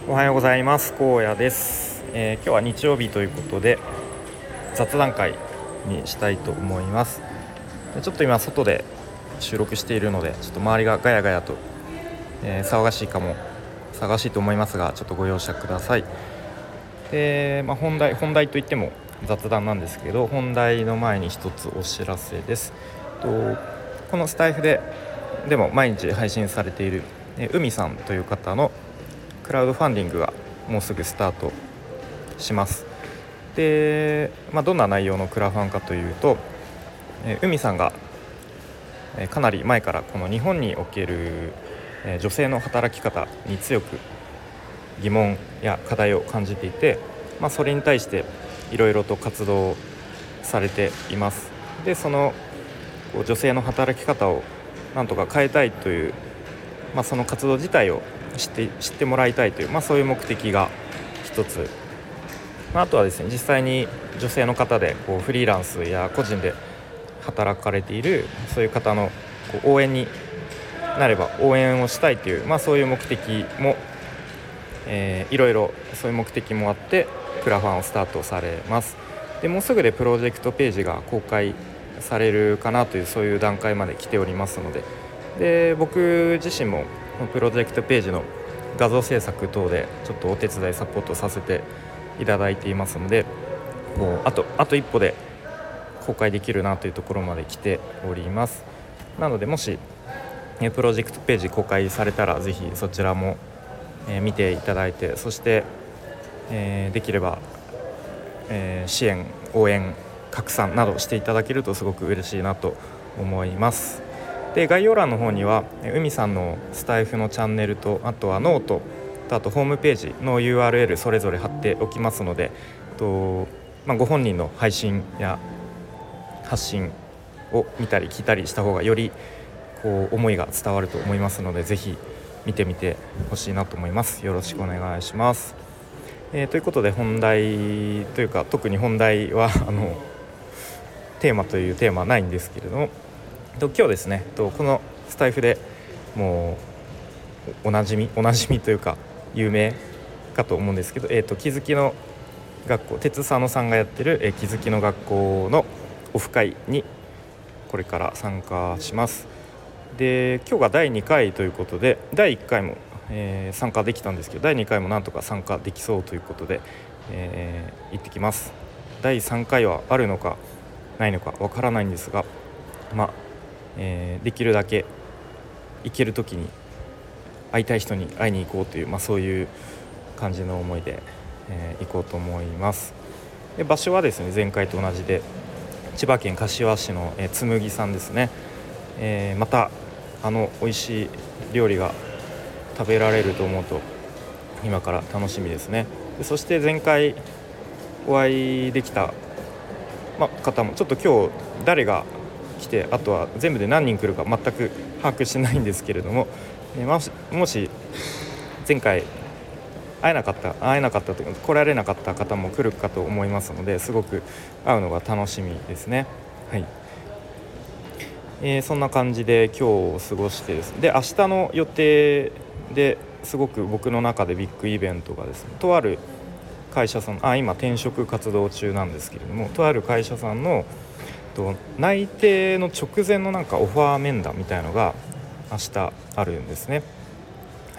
おはようございます。荒野です。今日は日曜日ということで雑談会にしたいと思います。ちょっと今外で収録しているのでちょっと周りがガヤガヤと、騒がしいと思いますが、ちょっとご容赦ください。で、本題といっても雑談なんですけど、本題の前に一つお知らせです。このスタイフでも毎日配信されている海さんという方のクラウドファンディングがもうすぐスタートします。で、どんな内容のクラファンかというと、海さんがかなり前からこの日本における女性の働き方に強く疑問や課題を感じていて、それに対していろいろと活動されています。で、その女性の働き方をなんとか変えたいという、その活動自体を知ってもらいたいという、そういう目的が一つ、あとはですね、実際に女性の方でフリーランスや個人で働かれているそういう方の応援になれば応援をしたいという、そういう目的も、いろいろそういう目的もあってクラファンをスタートされます。で、もうすぐでプロジェクトページが公開されるかなという、そういう段階まで来ておりますので、僕自身もプロジェクトページの画像制作等でちょっとお手伝いサポートさせていただいていますので、あと一歩で公開できるなというところまで来ております。なので、もしプロジェクトページ公開されたらぜひそちらも見ていただいて、そしてできれば支援、応援、拡散などしていただけるとすごく嬉しいなと思います。で、概要欄の方には海さんのスタイフのチャンネルと、あとはノートと、あとホームページの URL それぞれ貼っておきますので、ご本人の配信や発信を見たり聞いたりした方がより思いが伝わると思いますので、ぜひ見てみてほしいなと思います。よろしくお願いします。ということで、本題というか特に本題はテーマというテーマはないんですけれども、今日ですね、このスタイフでもうおなじみというか有名かと思うんですけど、気づきの学校、鉄佐野さんがやってる、気づきの学校のオフ会にこれから参加します。で、今日が第2回ということで、第1回も、参加できたんですけど、第2回もなんとか参加できそうということで、行ってきます。第3回はあるのかないのかわからないんですが、できるだけ行ける時に会いたい人に会いに行こうという、そういう感じの思いで、行こうと思います。で、場所はですね、前回と同じで千葉県柏市の、つむぎさんですね。また美味しい料理が食べられると思うと今から楽しみですね。で、そして前回お会いできた、方もちょっと今日誰が来て、あとは全部で何人来るか全く把握してないんですけれども、もし前回会えなかったというか来られなかった方も来るかと思いますので、すごく会うのが楽しみですね。はい。そんな感じで今日を過ごしてですね、で明日の予定ですごく僕の中でビッグイベントがですね、とある会社さん、今転職活動中なんですけれども、とある会社さんの内定の直前のオファー面談みたいのが明日あるんですね。はい。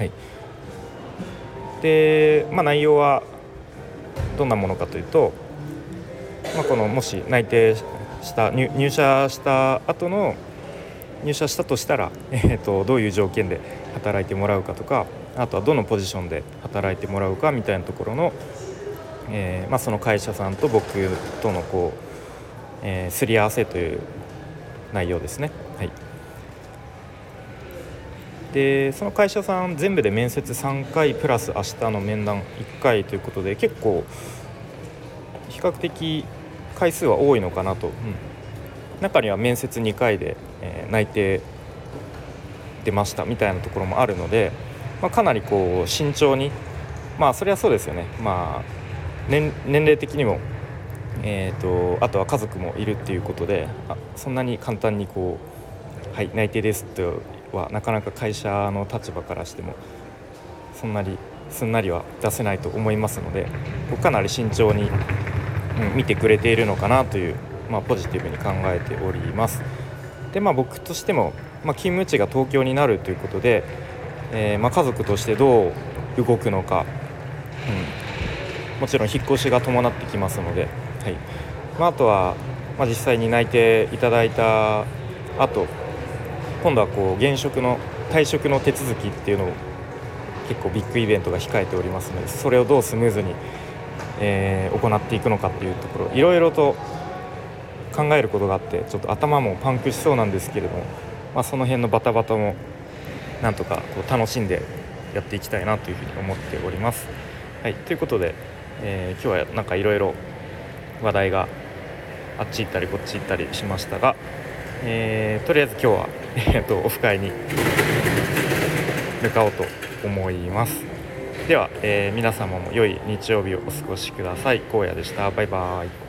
で、内容はどんなものかというと、このもし内定した入社した後の入社したとしたら、どういう条件で働いてもらうかとか、あとはどのポジションで働いてもらうかみたいなところの、その会社さんと僕とのすり合わせという内容ですね。はい。で、その会社さん全部で面接3回プラス明日の面談1回ということで、結構比較的回数は多いのかなと、中には面接2回で、内定出ましたみたいなところもあるので、かなり慎重に、それはそうですよね。年齢的にも、あとは家族もいるっていうことで、そんなに簡単にはい、内定ですとはなかなか会社の立場からしてもそんなにすんなりは出せないと思いますので、かなり慎重に、見てくれているのかなという、ポジティブに考えております。で、僕としても、勤務地が東京になるということで、家族としてどう動くのか、もちろん引っ越しが伴ってきますので、はい、あとは、実際に内定いただいた後、今度は退職の手続きっていうのを結構ビッグイベントが控えておりますので、それをどうスムーズに、行っていくのかっていうところ、いろいろと考えることがあって、ちょっと頭もパンクしそうなんですけれども、その辺のバタバタもなんとか楽しんでやっていきたいなというふうに思っております。はい、ということで、今日はなんかいろいろ話題があっち行ったりこっち行ったりしましたが、とりあえず今日は、オフ会に向かおうと思います。では、皆様も良い日曜日をお過ごしください。荒野でした。バイバイ。